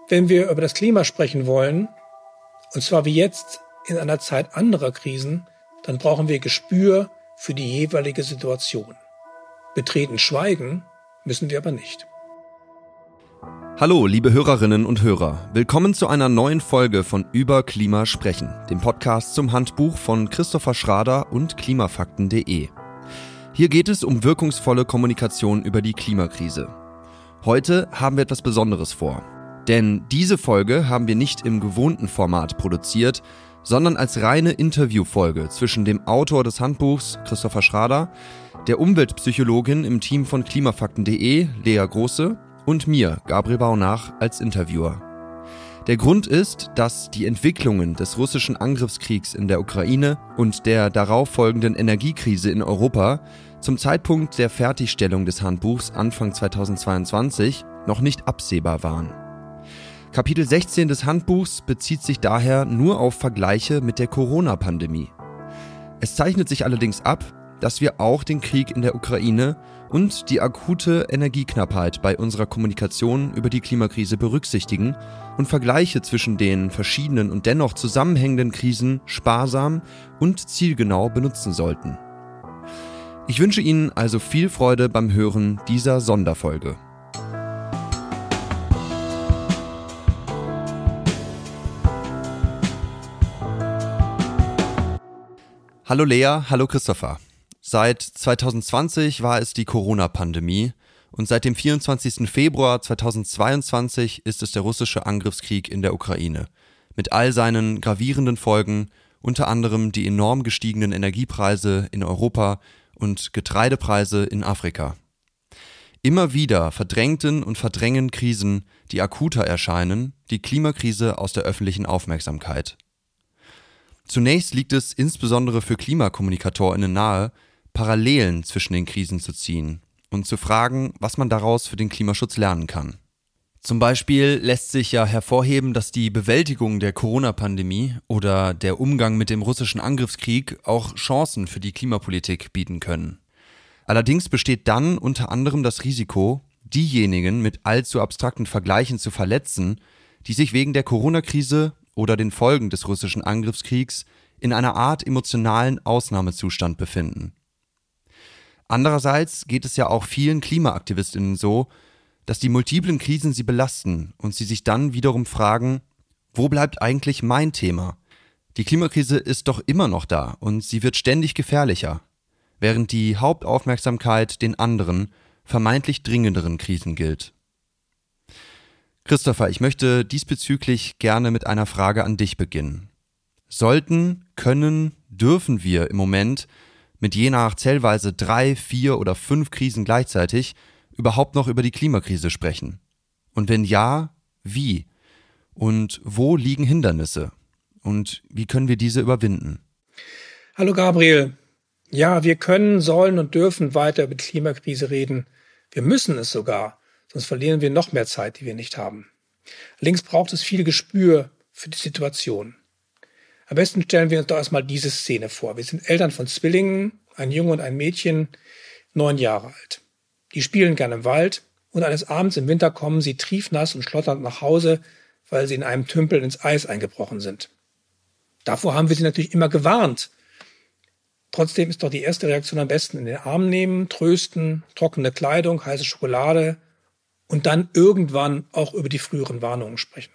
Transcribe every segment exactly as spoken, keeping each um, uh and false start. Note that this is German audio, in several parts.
Wenn wir über das Klima sprechen wollen, und zwar wie jetzt in einer Zeit anderer Krisen, dann brauchen wir Gespür für die jeweilige Situation. Betreten schweigen müssen wir aber nicht. Hallo, liebe Hörerinnen und Hörer. Willkommen zu einer neuen Folge von Über Klima sprechen, dem Podcast zum Handbuch von Christopher Schrader und klimafakten punkt de. Hier geht es um wirkungsvolle Kommunikation über die Klimakrise. Heute haben wir etwas Besonderes vor. Denn diese Folge haben wir nicht im gewohnten Format produziert, sondern als reine Interviewfolge zwischen dem Autor des Handbuchs, Christopher Schrader, der Umweltpsychologin im Team von klimafakten punkt de, Lea Große, und mir, Gabriel Baunach, als Interviewer. Der Grund ist, dass die Entwicklungen des russischen Angriffskriegs in der Ukraine und der darauf folgenden Energiekrise in Europa zum Zeitpunkt der Fertigstellung des Handbuchs Anfang zweitausendzweiundzwanzig noch nicht absehbar waren. Kapitel sechzehn des Handbuchs bezieht sich daher nur auf Vergleiche mit der Corona-Pandemie. Es zeichnet sich allerdings ab, dass wir auch den Krieg in der Ukraine und die akute Energieknappheit bei unserer Kommunikation über die Klimakrise berücksichtigen und Vergleiche zwischen den verschiedenen und dennoch zusammenhängenden Krisen sparsam und zielgenau benutzen sollten. Ich wünsche Ihnen also viel Freude beim Hören dieser Sonderfolge. Hallo Lea, hallo Christopher. Seit zweitausendzwanzig war es die Corona-Pandemie und seit dem vierundzwanzigsten Februar zweitausendzweiundzwanzig ist es der russische Angriffskrieg in der Ukraine mit all seinen gravierenden Folgen, unter anderem die enorm gestiegenen Energiepreise in Europa und Getreidepreise in Afrika. Immer wieder verdrängten und verdrängen Krisen, die akuter erscheinen, die Klimakrise aus der öffentlichen Aufmerksamkeit. Zunächst liegt es insbesondere für KlimakommunikatorInnen nahe, Parallelen zwischen den Krisen zu ziehen und zu fragen, was man daraus für den Klimaschutz lernen kann. Zum Beispiel lässt sich ja hervorheben, dass die Bewältigung der Corona-Pandemie oder der Umgang mit dem russischen Angriffskrieg auch Chancen für die Klimapolitik bieten können. Allerdings besteht dann unter anderem das Risiko, diejenigen mit allzu abstrakten Vergleichen zu verletzen, die sich wegen der Corona-Krise oder den Folgen des russischen Angriffskriegs in einer Art emotionalen Ausnahmezustand befinden. Andererseits geht es ja auch vielen KlimaaktivistInnen so, dass die multiplen Krisen sie belasten und sie sich dann wiederum fragen, wo bleibt eigentlich mein Thema? Die Klimakrise ist doch immer noch da und sie wird ständig gefährlicher, während die Hauptaufmerksamkeit den anderen, vermeintlich dringenderen Krisen gilt. Christopher, ich möchte diesbezüglich gerne mit einer Frage an dich beginnen. Sollten, können, dürfen wir im Moment mit je nach Zählweise drei, vier oder fünf Krisen gleichzeitig überhaupt noch über die Klimakrise sprechen? Und wenn ja, wie? Und wo liegen Hindernisse? Und wie können wir diese überwinden? Hallo Gabriel. Ja, wir können, sollen und dürfen weiter über die Klimakrise reden. Wir müssen es sogar, sonst verlieren wir noch mehr Zeit, die wir nicht haben. Allerdings braucht es viel Gespür für die Situation. Am besten stellen wir uns doch erstmal diese Szene vor. Wir sind Eltern von Zwillingen, ein Junge und ein Mädchen, neun Jahre alt. Die spielen gerne im Wald und eines Abends im Winter kommen sie triefnass und schlotternd nach Hause, weil sie in einem Tümpel ins Eis eingebrochen sind. Davor haben wir sie natürlich immer gewarnt. Trotzdem ist doch die erste Reaktion am besten in den Arm nehmen, trösten, trockene Kleidung, heiße Schokolade und dann irgendwann auch über die früheren Warnungen sprechen.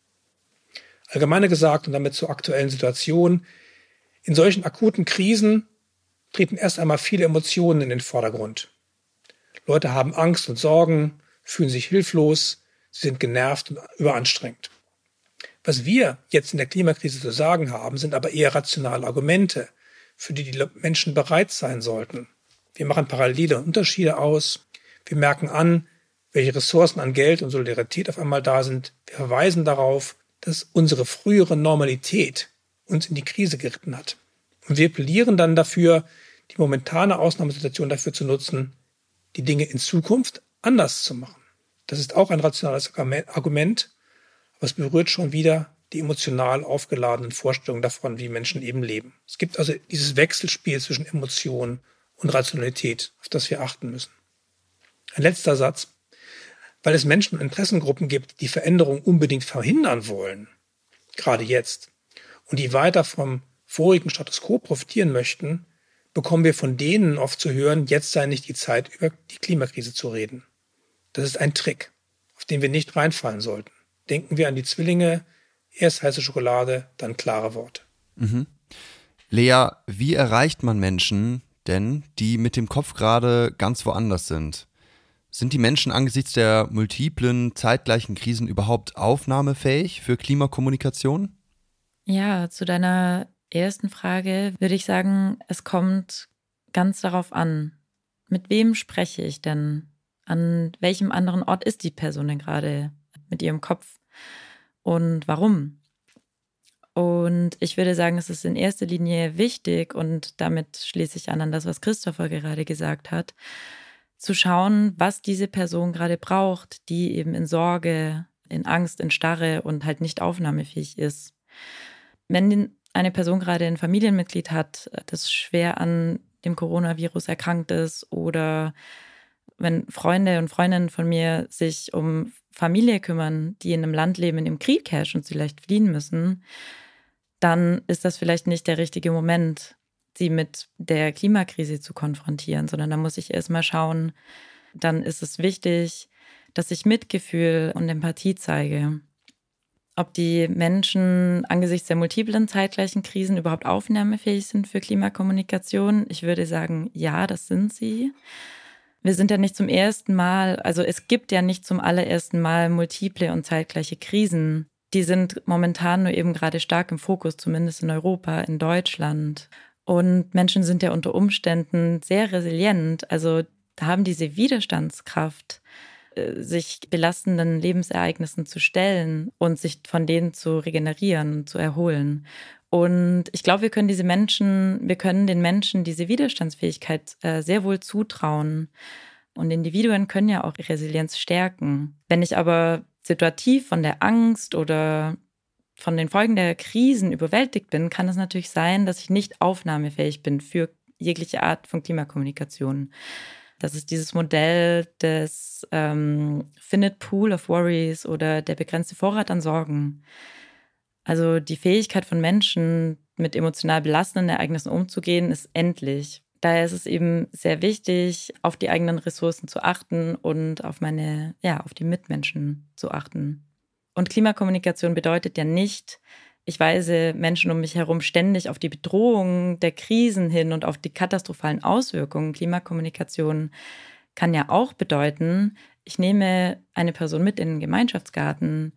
Allgemeiner gesagt und damit zur aktuellen Situation, in solchen akuten Krisen treten erst einmal viele Emotionen in den Vordergrund. Leute haben Angst und Sorgen, fühlen sich hilflos, sie sind genervt und überanstrengt. Was wir jetzt in der Klimakrise zu sagen haben, sind aber eher rationale Argumente, für die die Menschen bereit sein sollten. Wir machen Parallele und Unterschiede aus, wir merken an, welche Ressourcen an Geld und Solidarität auf einmal da sind. Wir verweisen darauf, dass unsere frühere Normalität uns in die Krise geritten hat. Und wir plädieren dann dafür, die momentane Ausnahmesituation dafür zu nutzen, die Dinge in Zukunft anders zu machen. Das ist auch ein rationales Argument, aber es berührt schon wieder die emotional aufgeladenen Vorstellungen davon, wie Menschen eben leben. Es gibt also dieses Wechselspiel zwischen Emotion und Rationalität, auf das wir achten müssen. Ein letzter Satz. weil es Menschen und Interessengruppen gibt, die Veränderung unbedingt verhindern wollen, gerade jetzt, und die weiter vom vorigen Status quo profitieren möchten, bekommen wir von denen oft zu hören, jetzt sei nicht die Zeit, über die Klimakrise zu reden. Das ist ein Trick, auf den wir nicht reinfallen sollten. Denken wir an die Zwillinge, erst heiße Schokolade, dann klare Worte. Mhm. Lea, wie erreicht man Menschen denn, die mit dem Kopf gerade ganz woanders sind? Sind die Menschen angesichts der multiplen, zeitgleichen Krisen überhaupt aufnahmefähig für Klimakommunikation? Ja, zu deiner ersten Frage würde ich sagen, es kommt ganz darauf an, mit wem spreche ich denn? An welchem anderen Ort ist die Person denn gerade mit ihrem Kopf? Und warum? Und ich würde sagen, es ist in erster Linie wichtig, und damit schließe ich an an das, was Christopher gerade gesagt hat, zu schauen, was diese Person gerade braucht, die eben in Sorge, in Angst, in Starre und halt nicht aufnahmefähig ist. Wenn eine Person gerade ein Familienmitglied hat, das schwer an dem Coronavirus erkrankt ist, oder wenn Freunde und Freundinnen von mir sich um Familie kümmern, die in einem Land leben, in dem Krieg herrscht und sie leicht fliehen müssen, dann ist das vielleicht nicht der richtige Moment, sie mit der Klimakrise zu konfrontieren, sondern da muss ich erstmal schauen, dann ist es wichtig, dass ich Mitgefühl und Empathie zeige. Ob die Menschen angesichts der multiplen zeitgleichen Krisen überhaupt aufnahmefähig sind für Klimakommunikation? Ich würde sagen, ja, das sind sie. Wir sind ja nicht zum ersten Mal, also es gibt ja nicht zum allerersten Mal multiple und zeitgleiche Krisen. Die sind momentan nur eben gerade stark im Fokus, zumindest in Europa, in Deutschland. Und Menschen sind ja unter Umständen sehr resilient, also haben diese Widerstandskraft, sich belastenden Lebensereignissen zu stellen und sich von denen zu regenerieren, zu erholen. Und ich glaube, wir können diese Menschen, wir können den Menschen diese Widerstandsfähigkeit äh, sehr wohl zutrauen. Und Individuen können ja auch Resilienz stärken. Wenn ich aber situativ von der Angst oder von den Folgen der Krisen überwältigt bin, kann es natürlich sein, dass ich nicht aufnahmefähig bin für jegliche Art von Klimakommunikation. Das ist dieses Modell des ähm, Finite Pool of Worries oder der begrenzte Vorrat an Sorgen. Also die Fähigkeit von Menschen, mit emotional belastenden Ereignissen umzugehen, ist endlich. Daher ist es eben sehr wichtig, auf die eigenen Ressourcen zu achten und auf meine, ja, auf die Mitmenschen zu achten. Und Klimakommunikation bedeutet ja nicht, ich weise Menschen um mich herum ständig auf die Bedrohung der Krisen hin und auf die katastrophalen Auswirkungen. Klimakommunikation kann ja auch bedeuten, ich nehme eine Person mit in den Gemeinschaftsgarten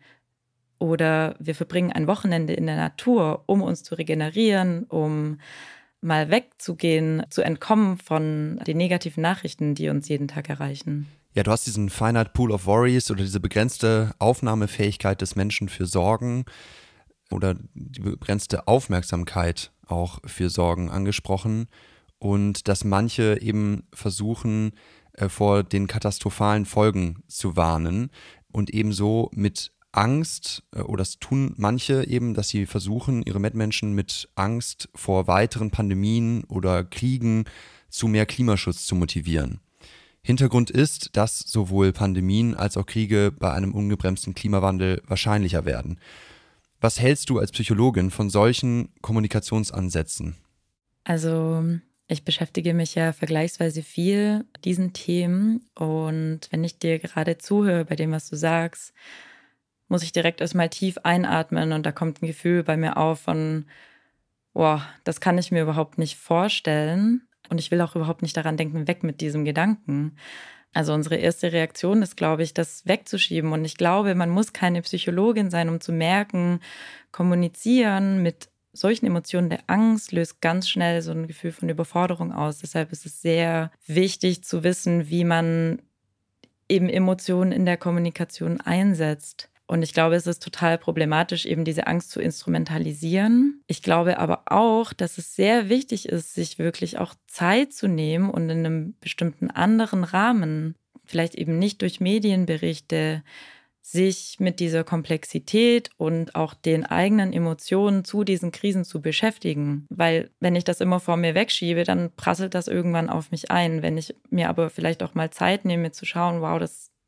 oder wir verbringen ein Wochenende in der Natur, um uns zu regenerieren, um mal wegzugehen, zu entkommen von den negativen Nachrichten, die uns jeden Tag erreichen. Ja, du hast diesen Finite Pool of Worries oder diese begrenzte Aufnahmefähigkeit des Menschen für Sorgen oder die begrenzte Aufmerksamkeit auch für Sorgen angesprochen und dass manche eben versuchen, äh, vor den katastrophalen Folgen zu warnen und ebenso mit Angst, äh, oder das tun manche eben, dass sie versuchen, ihre Mitmenschen mit Angst vor weiteren Pandemien oder Kriegen zu mehr Klimaschutz zu motivieren. Hintergrund ist, dass sowohl Pandemien als auch Kriege bei einem ungebremsten Klimawandel wahrscheinlicher werden. Was hältst du als Psychologin von solchen Kommunikationsansätzen? Also ich beschäftige mich ja vergleichsweise viel mit diesen Themen und wenn ich dir gerade zuhöre bei dem, was du sagst, muss ich direkt erstmal tief einatmen und da kommt ein Gefühl bei mir auf von, boah, das kann ich mir überhaupt nicht vorstellen und ich will auch überhaupt nicht daran denken, weg mit diesem Gedanken. Also unsere erste Reaktion ist, glaube ich, das wegzuschieben. Und ich glaube, man muss keine Psychologin sein, um zu merken, kommunizieren mit solchen Emotionen der Angst löst ganz schnell so ein Gefühl von Überforderung aus. Deshalb ist es sehr wichtig zu wissen, wie man eben Emotionen in der Kommunikation einsetzt. Und ich glaube, es ist total problematisch, eben diese Angst zu instrumentalisieren. Ich glaube aber auch, dass es sehr wichtig ist, sich wirklich auch Zeit zu nehmen und in einem bestimmten anderen Rahmen, vielleicht eben nicht durch Medienberichte, sich mit dieser Komplexität und auch den eigenen Emotionen zu diesen Krisen zu beschäftigen. Weil wenn ich das immer vor mir wegschiebe, dann prasselt das irgendwann auf mich ein. Wenn ich mir aber vielleicht auch mal Zeit nehme zu schauen, wow, das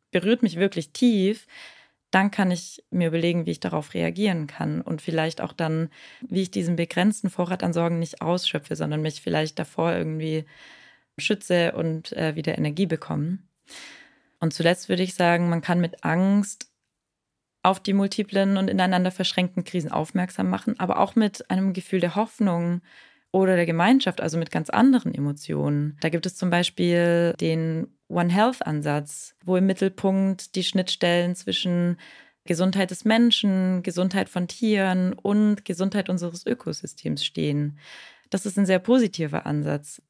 berührt mich wirklich tief, dann kann ich mir überlegen, wie ich darauf reagieren kann und vielleicht auch dann, wie ich diesen begrenzten Vorrat an Sorgen nicht ausschöpfe, sondern mich vielleicht davor irgendwie schütze und äh, wieder Energie bekomme. Und zuletzt würde ich sagen, man kann mit Angst auf die multiplen und ineinander verschränkten Krisen aufmerksam machen, aber auch mit einem Gefühl der Hoffnung oder der Gemeinschaft, also mit ganz anderen Emotionen. Da gibt es zum Beispiel den One Health-Ansatz, wo im Mittelpunkt die Schnittstellen zwischen Gesundheit des Menschen, Gesundheit von Tieren und Gesundheit unseres Ökosystems stehen. Das ist ein sehr positiver Ansatz.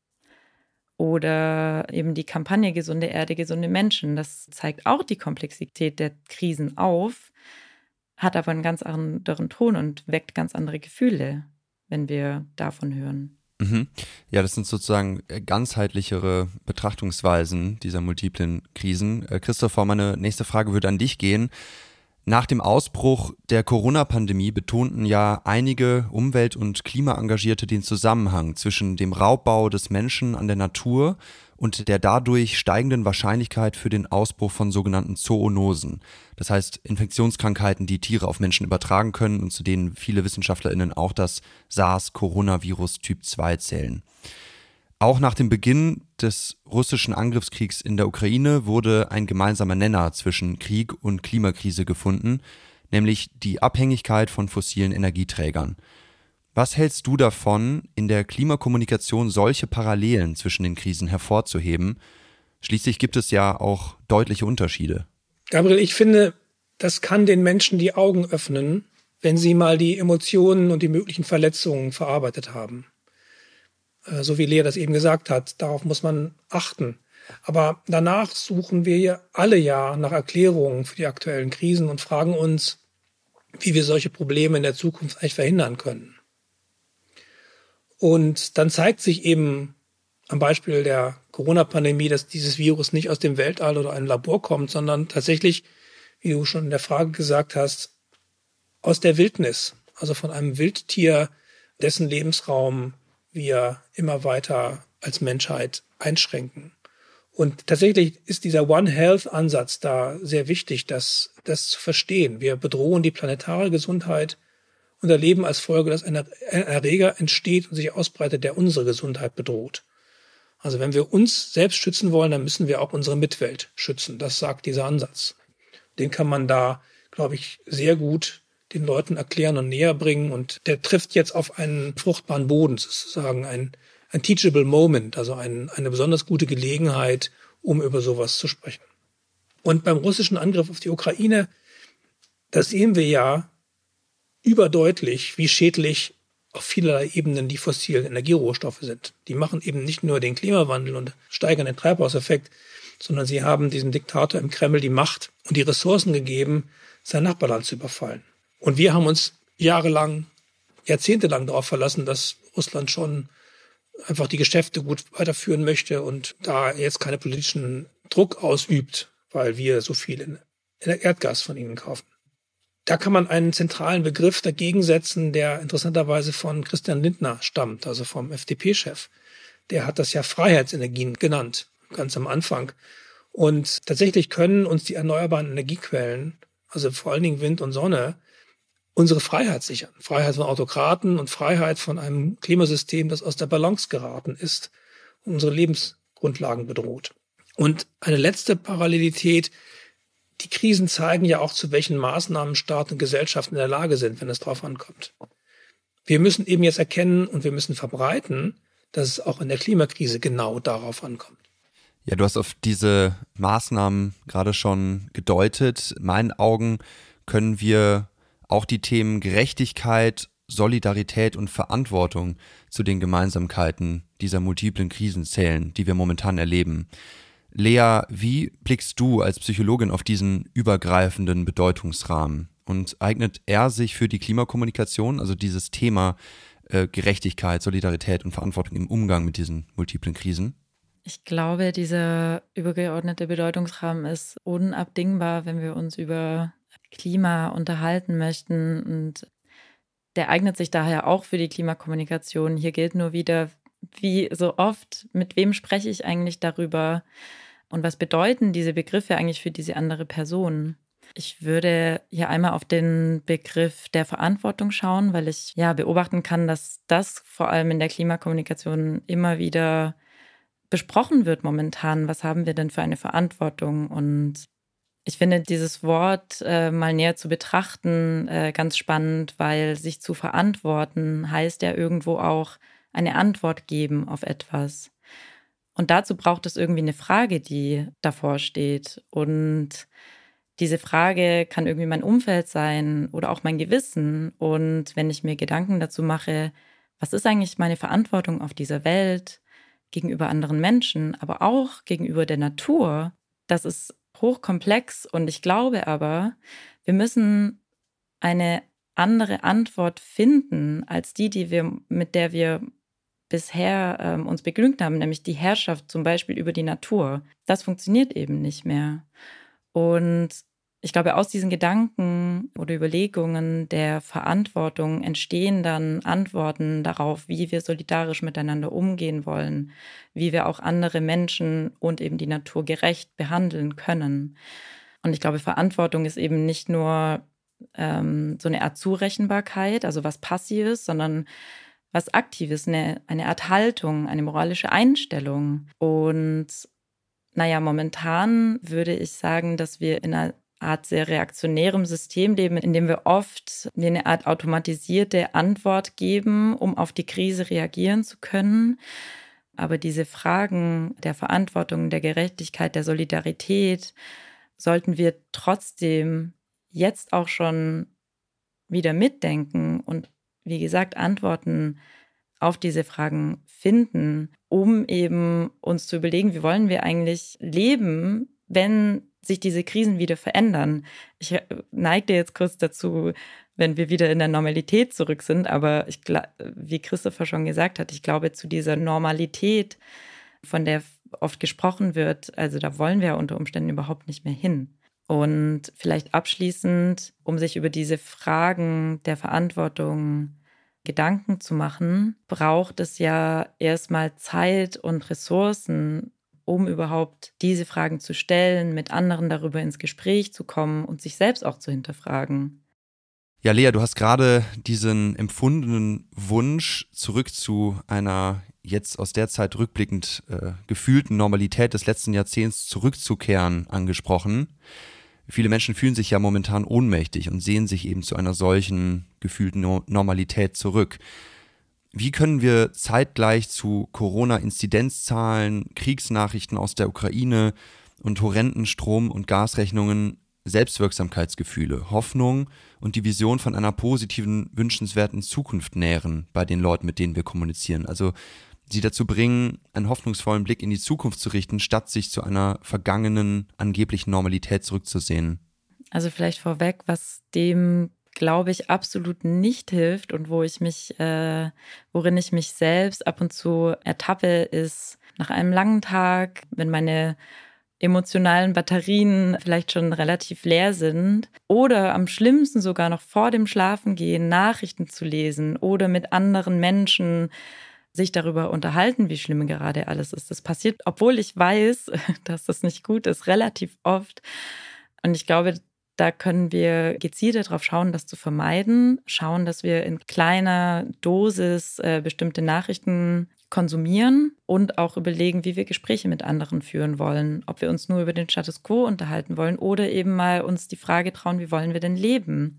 Oder eben die Kampagne Gesunde Erde, gesunde Menschen. Das zeigt auch die Komplexität der Krisen auf, hat aber einen ganz anderen Ton und weckt ganz andere Gefühle, wenn wir davon hören. Mhm. Ja, das sind sozusagen ganzheitlichere Betrachtungsweisen dieser multiplen Krisen. Äh, Christopher, meine nächste Frage würde an dich gehen. Nach dem Ausbruch der Corona-Pandemie betonten ja einige Umwelt- und Klimaengagierte den Zusammenhang zwischen dem Raubbau des Menschen an der Natur und der dadurch steigenden Wahrscheinlichkeit für den Ausbruch von sogenannten Zoonosen. Das heißt Infektionskrankheiten, die Tiere auf Menschen übertragen können und zu denen viele WissenschaftlerInnen auch das SARS-Coronavirus Typ zwei zählen. Auch nach dem Beginn des russischen Angriffskriegs in der Ukraine wurde ein gemeinsamer Nenner zwischen Krieg und Klimakrise gefunden, nämlich die Abhängigkeit von fossilen Energieträgern. Was hältst du davon, in der Klimakommunikation solche Parallelen zwischen den Krisen hervorzuheben? Schließlich gibt es ja auch deutliche Unterschiede. Gabriel, ich finde, das kann den Menschen die Augen öffnen, wenn sie mal die Emotionen und die möglichen Verletzungen verarbeitet haben. So wie Lea das eben gesagt hat, darauf muss man achten. Aber danach suchen wir ja alle ja nach Erklärungen für die aktuellen Krisen und fragen uns, wie wir solche Probleme in der Zukunft eigentlich verhindern können. Und dann zeigt sich eben am Beispiel der Corona-Pandemie, dass dieses Virus nicht aus dem Weltall oder einem Labor kommt, sondern tatsächlich, wie du schon in der Frage gesagt hast, aus der Wildnis, also von einem Wildtier, dessen Lebensraum wir immer weiter als Menschheit einschränken. Und tatsächlich ist dieser One Health-Ansatz da sehr wichtig, das, das zu verstehen. Wir bedrohen die planetare Gesundheit und erleben als Folge, dass ein Erreger entsteht und sich ausbreitet, der unsere Gesundheit bedroht. Also wenn wir uns selbst schützen wollen, dann müssen wir auch unsere Mitwelt schützen. Das sagt dieser Ansatz. Den kann man da, glaube ich, sehr gut den Leuten erklären und näher bringen. Und der trifft jetzt auf einen fruchtbaren Boden, sozusagen ein, ein teachable moment, also ein, eine besonders gute Gelegenheit, um über sowas zu sprechen. Und beim russischen Angriff auf die Ukraine, da sehen wir ja überdeutlich, wie schädlich auf vielerlei Ebenen die fossilen Energierohstoffe sind. Die machen eben nicht nur den Klimawandel und steigern den Treibhauseffekt, sondern sie haben diesem Diktator im Kreml die Macht und die Ressourcen gegeben, sein Nachbarland zu überfallen. Und wir haben uns jahrelang, jahrzehntelang darauf verlassen, dass Russland schon einfach die Geschäfte gut weiterführen möchte und da jetzt keinen politischen Druck ausübt, weil wir so viel in Erdgas von ihnen kaufen. Da kann man einen zentralen Begriff dagegen setzen, der interessanterweise von Christian Lindner stammt, also vom F D P-Chef. Der hat das ja Freiheitsenergien genannt, ganz am Anfang. Und tatsächlich können uns die erneuerbaren Energiequellen, also vor allen Dingen Wind und Sonne, unsere Freiheit sichern. Freiheit von Autokraten und Freiheit von einem Klimasystem, das aus der Balance geraten ist und unsere Lebensgrundlagen bedroht. Und eine letzte Parallelität: Die Krisen zeigen ja auch, zu welchen Maßnahmen Staat und Gesellschaft in der Lage sind, wenn es drauf ankommt. Wir müssen eben jetzt erkennen und wir müssen verbreiten, dass es auch in der Klimakrise genau darauf ankommt. Ja, du hast auf diese Maßnahmen gerade schon gedeutet. In meinen Augen können wir auch die Themen Gerechtigkeit, Solidarität und Verantwortung zu den Gemeinsamkeiten dieser multiplen Krisen zählen, die wir momentan erleben. Lea, wie blickst du als Psychologin auf diesen übergreifenden Bedeutungsrahmen? Und eignet er sich für die Klimakommunikation, also dieses Thema äh, Gerechtigkeit, Solidarität und Verantwortung im Umgang mit diesen multiplen Krisen? Ich glaube, dieser übergeordnete Bedeutungsrahmen ist unabdingbar, wenn wir uns über Klima unterhalten möchten. Und der eignet sich daher auch für die Klimakommunikation. Hier gilt nur wieder, wie so oft, mit wem spreche ich eigentlich darüber? Und was bedeuten diese Begriffe eigentlich für diese andere Person? Ich würde hier einmal auf den Begriff der Verantwortung schauen, weil ich ja beobachten kann, dass das vor allem in der Klimakommunikation immer wieder besprochen wird momentan. Was haben wir denn für eine Verantwortung? Und ich finde dieses Wort äh, mal näher zu betrachten äh, ganz spannend, weil sich zu verantworten heißt ja irgendwo auch eine Antwort geben auf etwas. Und dazu braucht es irgendwie eine Frage, die davor steht. Und diese Frage kann irgendwie mein Umfeld sein oder auch mein Gewissen. Und wenn ich mir Gedanken dazu mache, was ist eigentlich meine Verantwortung auf dieser Welt gegenüber anderen Menschen, aber auch gegenüber der Natur, das ist hochkomplex. Und ich glaube aber, wir müssen eine andere Antwort finden als die, die wir, mit der wir bisher ähm, uns begnügt haben, nämlich die Herrschaft zum Beispiel über die Natur. Das funktioniert eben nicht mehr. Und ich glaube, aus diesen Gedanken oder Überlegungen der Verantwortung entstehen dann Antworten darauf, wie wir solidarisch miteinander umgehen wollen, wie wir auch andere Menschen und eben die Natur gerecht behandeln können. Und ich glaube, Verantwortung ist eben nicht nur ähm, so eine Art Zurechenbarkeit, also was Passives, sondern was Aktives, eine, eine Art Haltung, eine moralische Einstellung. Und naja, momentan würde ich sagen, dass wir in einer Art sehr reaktionärem System leben, in dem wir oft eine Art automatisierte Antwort geben, um auf die Krise reagieren zu können. Aber diese Fragen der Verantwortung, der Gerechtigkeit, der Solidarität sollten wir trotzdem jetzt auch schon wieder mitdenken und wie gesagt Antworten auf diese Fragen finden, um eben uns zu überlegen, wie wollen wir eigentlich leben, wenn sich diese Krisen wieder verändern. Ich neigte jetzt kurz dazu, wenn wir wieder in der Normalität zurück sind, aber ich, wie Christopher schon gesagt hat, ich glaube, zu dieser Normalität, von der oft gesprochen wird, also da wollen wir unter Umständen überhaupt nicht mehr hin. Und vielleicht abschließend, um sich über diese Fragen der Verantwortung Gedanken zu machen, braucht es ja erstmal Zeit und Ressourcen, um überhaupt diese Fragen zu stellen, mit anderen darüber ins Gespräch zu kommen und sich selbst auch zu hinterfragen. Ja, Lea, du hast gerade diesen empfundenen Wunsch, zurück zu einer jetzt aus der Zeit rückblickend äh, gefühlten Normalität des letzten Jahrzehnts zurückzukehren, angesprochen. Viele Menschen fühlen sich ja momentan ohnmächtig und sehnen sich eben zu einer solchen gefühlten no- Normalität zurück. Wie können wir zeitgleich zu Corona-Inzidenzzahlen, Kriegsnachrichten aus der Ukraine und horrenden Strom- und Gasrechnungen Selbstwirksamkeitsgefühle, Hoffnung und die Vision von einer positiven, wünschenswerten Zukunft nähren bei den Leuten, mit denen wir kommunizieren? Also sie dazu bringen, einen hoffnungsvollen Blick in die Zukunft zu richten, statt sich zu einer vergangenen, angeblichen Normalität zurückzusehen. Also vielleicht vorweg, was dem, glaube ich, absolut nicht hilft und wo ich mich, äh, worin ich mich selbst ab und zu ertappe, ist nach einem langen Tag, wenn meine emotionalen Batterien vielleicht schon relativ leer sind oder am schlimmsten sogar noch vor dem Schlafengehen Nachrichten zu lesen oder mit anderen Menschen sich darüber unterhalten, wie schlimm gerade alles ist. Das passiert, obwohl ich weiß, dass das nicht gut ist, relativ oft. Und ich glaube, da können wir gezielt darauf schauen, das zu vermeiden, schauen, dass wir in kleiner Dosis äh, bestimmte Nachrichten konsumieren und auch überlegen, wie wir Gespräche mit anderen führen wollen, ob wir uns nur über den Status quo unterhalten wollen oder eben mal uns die Frage trauen, wie wollen wir denn leben?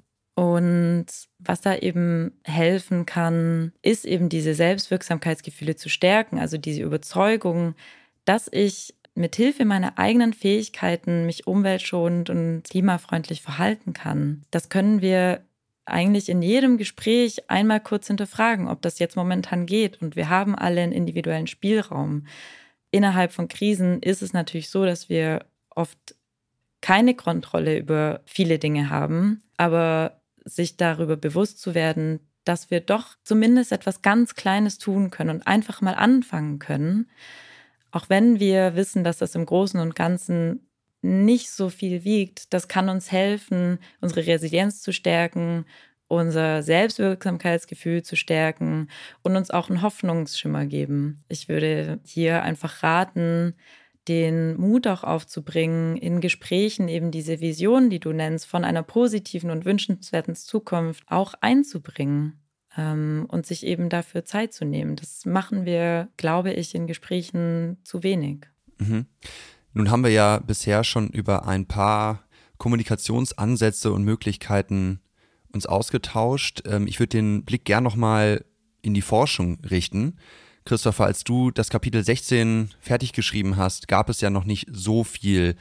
Und was da eben helfen kann, ist eben diese Selbstwirksamkeitsgefühle zu stärken, also diese Überzeugung, dass ich mit Hilfe meiner eigenen Fähigkeiten mich umweltschonend und klimafreundlich verhalten kann. Das können wir eigentlich in jedem Gespräch einmal kurz hinterfragen, ob das jetzt momentan geht. Und wir haben alle einen individuellen Spielraum. Innerhalb von Krisen ist es natürlich so, dass wir oft keine Kontrolle über viele Dinge haben, aber sich darüber bewusst zu werden, dass wir doch zumindest etwas ganz Kleines tun können und einfach mal anfangen können, auch wenn wir wissen, dass das im Großen und Ganzen nicht so viel wiegt. Das kann uns helfen, unsere Resilienz zu stärken, unser Selbstwirksamkeitsgefühl zu stärken und uns auch einen Hoffnungsschimmer geben. Ich würde hier einfach raten, den Mut auch aufzubringen, in Gesprächen eben diese Vision, die du nennst, von einer positiven und wünschenswerten Zukunft auch einzubringen ähm, und sich eben dafür Zeit zu nehmen. Das machen wir, glaube ich, in Gesprächen zu wenig. Mhm. Nun haben wir ja bisher schon über ein paar Kommunikationsansätze und Möglichkeiten uns ausgetauscht. Ähm, ich würde den Blick gern nochmal in die Forschung richten. Christopher, als du das Kapitel sechzehn fertig geschrieben hast, gab es ja noch nicht so viel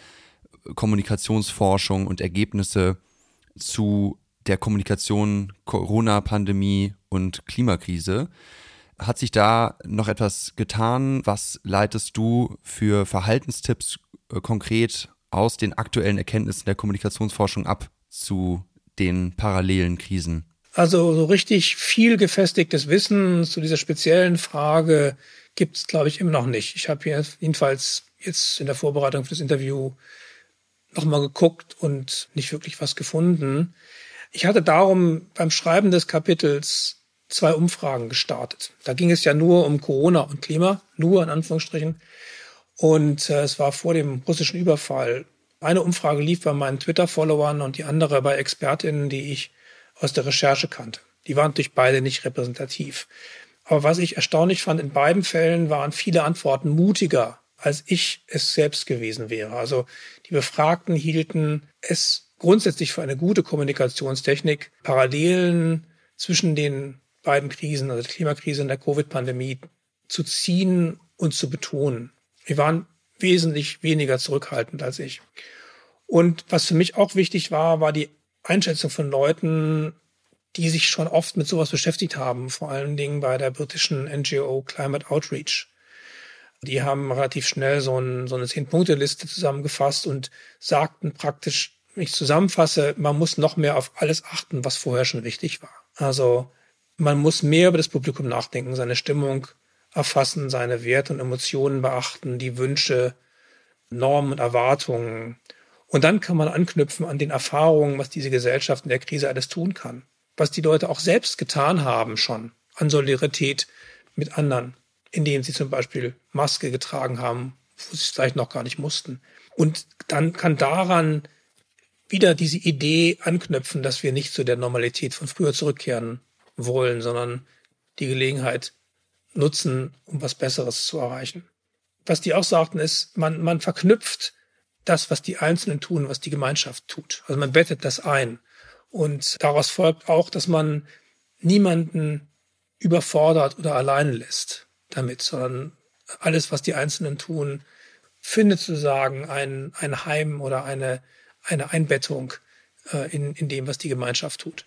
Kommunikationsforschung und Ergebnisse zu der Kommunikation Corona-Pandemie und Klimakrise. Hat sich da noch etwas getan? Was leitest du für Verhaltenstipps äh, konkret aus den aktuellen Erkenntnissen der Kommunikationsforschung ab zu den parallelen Krisen? Also so richtig viel gefestigtes Wissen zu dieser speziellen Frage gibt es, glaube ich, immer noch nicht. Ich habe hier jedenfalls jetzt in der Vorbereitung für das Interview nochmal geguckt und nicht wirklich was gefunden. Ich hatte darum beim Schreiben des Kapitels zwei Umfragen gestartet. Da ging es ja nur um Corona und Klima, nur in Anführungsstrichen. Und äh, es war vor dem russischen Überfall. Eine Umfrage lief bei meinen Twitter-Followern und die andere bei ExpertInnen, die ich aus der Recherche kannte. Die waren natürlich beide nicht repräsentativ. Aber was ich erstaunlich fand, in beiden Fällen waren viele Antworten mutiger, als ich es selbst gewesen wäre. Also die Befragten hielten es grundsätzlich für eine gute Kommunikationstechnik, Parallelen zwischen den beiden Krisen, also der Klimakrise und der Covid-Pandemie, zu ziehen und zu betonen. Die waren wesentlich weniger zurückhaltend als ich. Und was für mich auch wichtig war, war die Einschätzung von Leuten, die sich schon oft mit sowas beschäftigt haben, vor allen Dingen bei der britischen N G O Climate Outreach. Die haben relativ schnell so, ein, so eine Zehn-Punkte-Liste zusammengefasst und sagten praktisch, wenn ich zusammenfasse, man muss noch mehr auf alles achten, was vorher schon wichtig war. Also man muss mehr über das Publikum nachdenken, seine Stimmung erfassen, seine Werte und Emotionen beachten, die Wünsche, Normen und Erwartungen. Und dann kann man anknüpfen an den Erfahrungen, was diese Gesellschaft in der Krise alles tun kann. Was die Leute auch selbst getan haben schon an Solidarität mit anderen, indem sie zum Beispiel Maske getragen haben, wo sie es vielleicht noch gar nicht mussten. Und dann kann daran wieder diese Idee anknüpfen, dass wir nicht zu der Normalität von früher zurückkehren wollen, sondern die Gelegenheit nutzen, um was Besseres zu erreichen. Was die auch sagten, ist, man, man verknüpft das, was die Einzelnen tun, was die Gemeinschaft tut. Also man bettet das ein. Und daraus folgt auch, dass man niemanden überfordert oder alleine lässt damit, sondern alles, was die Einzelnen tun, findet sozusagen ein, ein Heim oder eine, eine Einbettung äh, in, in dem, was die Gemeinschaft tut.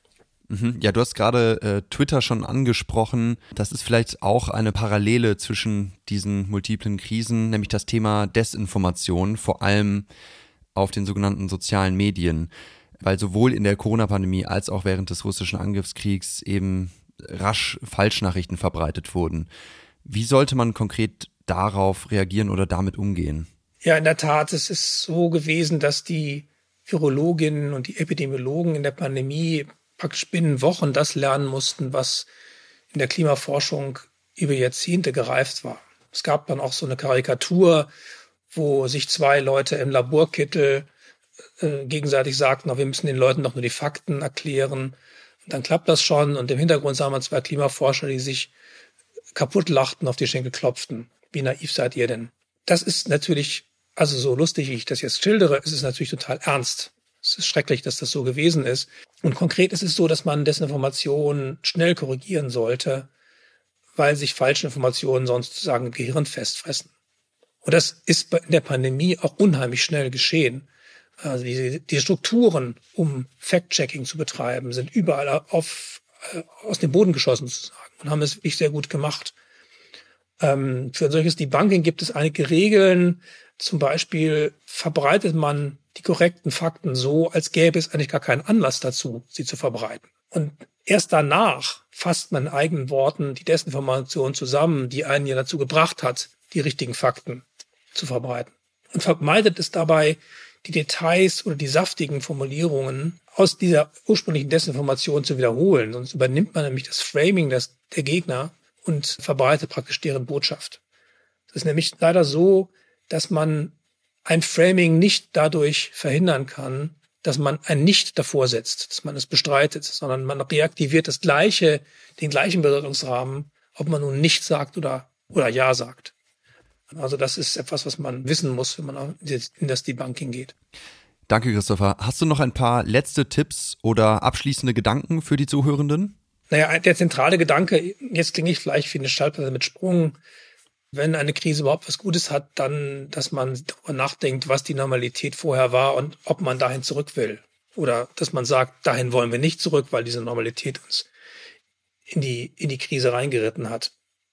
Ja, du hast gerade äh, Twitter schon angesprochen. Das ist vielleicht auch eine Parallele zwischen diesen multiplen Krisen, nämlich das Thema Desinformation, vor allem auf den sogenannten sozialen Medien, weil sowohl in der Corona-Pandemie als auch während des russischen Angriffskriegs eben rasch Falschnachrichten verbreitet wurden. Wie sollte man konkret darauf reagieren oder damit umgehen? Ja, in der Tat, es ist so gewesen, dass die Virologinnen und die Epidemiologen in der Pandemie praktisch binnen Wochen das lernen mussten, was in der Klimaforschung über Jahrzehnte gereift war. Es gab dann auch so eine Karikatur, wo sich zwei Leute im Laborkittel äh, gegenseitig sagten, oh, wir müssen den Leuten doch nur die Fakten erklären. Und dann klappt das schon. Und im Hintergrund sah man zwei Klimaforscher, die sich kaputt lachten, auf die Schenkel klopften. Wie naiv seid ihr denn? Das ist natürlich, also so lustig, wie ich das jetzt schildere, ist es natürlich total ernst. Es ist schrecklich, dass das so gewesen ist. Und konkret ist es so, dass man Desinformation schnell korrigieren sollte, weil sich falsche Informationen sonst sozusagen im Gehirn festfressen. Und das ist in der Pandemie auch unheimlich schnell geschehen. Also die, die Strukturen, um Fact-Checking zu betreiben, sind überall auf, aus dem Boden geschossen sozusagen und haben es wirklich sehr gut gemacht. Ähm, für ein solches Debunking gibt es einige Regeln. Zum Beispiel verbreitet man die korrekten Fakten so, als gäbe es eigentlich gar keinen Anlass dazu, sie zu verbreiten. Und erst danach fasst man in eigenen Worten die Desinformation zusammen, die einen ja dazu gebracht hat, die richtigen Fakten zu verbreiten. Und vermeidet es dabei, die Details oder die saftigen Formulierungen aus dieser ursprünglichen Desinformation zu wiederholen. Sonst übernimmt man nämlich das Framing des, der Gegner und verbreitet praktisch deren Botschaft. Es ist nämlich leider so, dass man ein Framing nicht dadurch verhindern kann, dass man ein Nicht davor setzt, dass man es bestreitet, sondern man reaktiviert das gleiche, den gleichen Bedeutungsrahmen, ob man nun nicht sagt oder, oder ja sagt. Also das ist etwas, was man wissen muss, wenn man in das Debunking geht. Danke, Christopher. Hast du noch ein paar letzte Tipps oder abschließende Gedanken für die Zuhörenden? Naja, der zentrale Gedanke, jetzt klinge ich vielleicht wie eine Schallplatte mit Sprung, wenn eine Krise überhaupt was Gutes hat, dann, dass man darüber nachdenkt, was die Normalität vorher war und ob man dahin zurück will. Oder dass man sagt, dahin wollen wir nicht zurück, weil diese Normalität uns in die, in die Krise reingeritten hat.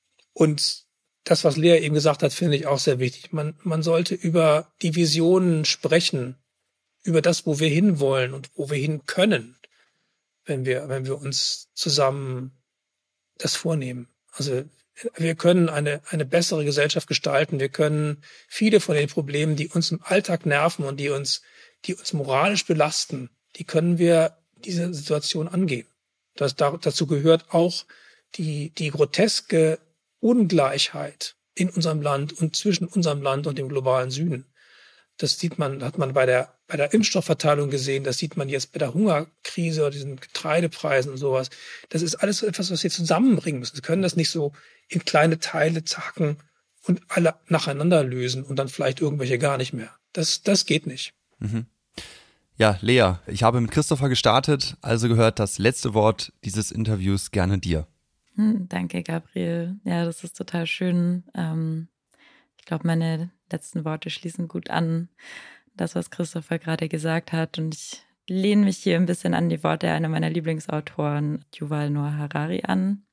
Und das, was Lea eben gesagt hat, finde ich auch sehr wichtig. Man, man sollte über die Visionen sprechen, über das, wo wir hinwollen und wo wir hin können, wenn wir, wenn wir uns zusammen das vornehmen. Also wir können eine, eine bessere Gesellschaft gestalten. Wir können viele von den Problemen, die uns im Alltag nerven und die uns, die uns moralisch belasten, die können wir diese Situation angehen. Das, dazu gehört auch die, die groteske Ungleichheit in unserem Land und zwischen unserem Land und dem globalen Süden. Das sieht man, hat man bei der, bei der Impfstoffverteilung gesehen. Das sieht man jetzt bei der Hungerkrise oder diesen Getreidepreisen und sowas. Das ist alles so etwas, was wir zusammenbringen müssen. Wir können das nicht so in kleine Teile zacken und alle nacheinander lösen und dann vielleicht irgendwelche gar nicht mehr. Das, das geht nicht. Mhm. Ja, Lea, ich habe mit Christopher gestartet, also gehört das letzte Wort dieses Interviews gerne dir. Hm, danke, Gabriel. Ja, das ist total schön. Ähm, ich glaube, meine letzten Worte schließen gut an, das, was Christopher gerade gesagt hat. Und ich lehne mich hier ein bisschen an die Worte einer meiner Lieblingsautoren, Yuval Noah Harari, an.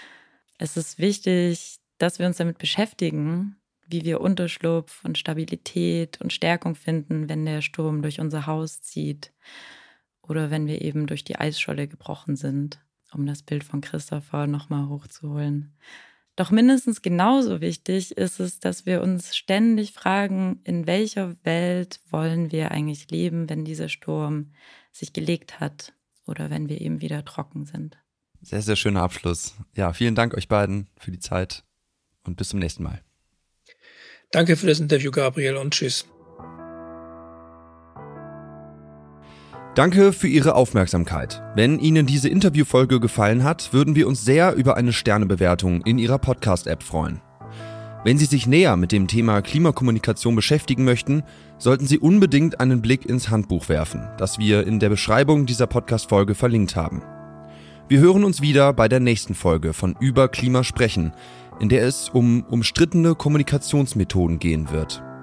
Es ist wichtig, dass wir uns damit beschäftigen, wie wir Unterschlupf und Stabilität und Stärkung finden, wenn der Sturm durch unser Haus zieht oder wenn wir eben durch die Eisscholle gebrochen sind, um das Bild von Christopher nochmal hochzuholen. Doch mindestens genauso wichtig ist es, dass wir uns ständig fragen, in welcher Welt wollen wir eigentlich leben, wenn dieser Sturm sich gelegt hat oder wenn wir eben wieder trocken sind. Sehr, sehr schöner Abschluss. Ja, vielen Dank euch beiden für die Zeit und bis zum nächsten Mal. Danke für das Interview, Gabriel, und tschüss. Danke für Ihre Aufmerksamkeit. Wenn Ihnen diese Interviewfolge gefallen hat, würden wir uns sehr über eine Sternebewertung in Ihrer Podcast-App freuen. Wenn Sie sich näher mit dem Thema Klimakommunikation beschäftigen möchten, sollten Sie unbedingt einen Blick ins Handbuch werfen, das wir in der Beschreibung dieser Podcast-Folge verlinkt haben. Wir hören uns wieder bei der nächsten Folge von Über Klima sprechen, in der es um umstrittene Kommunikationsmethoden gehen wird.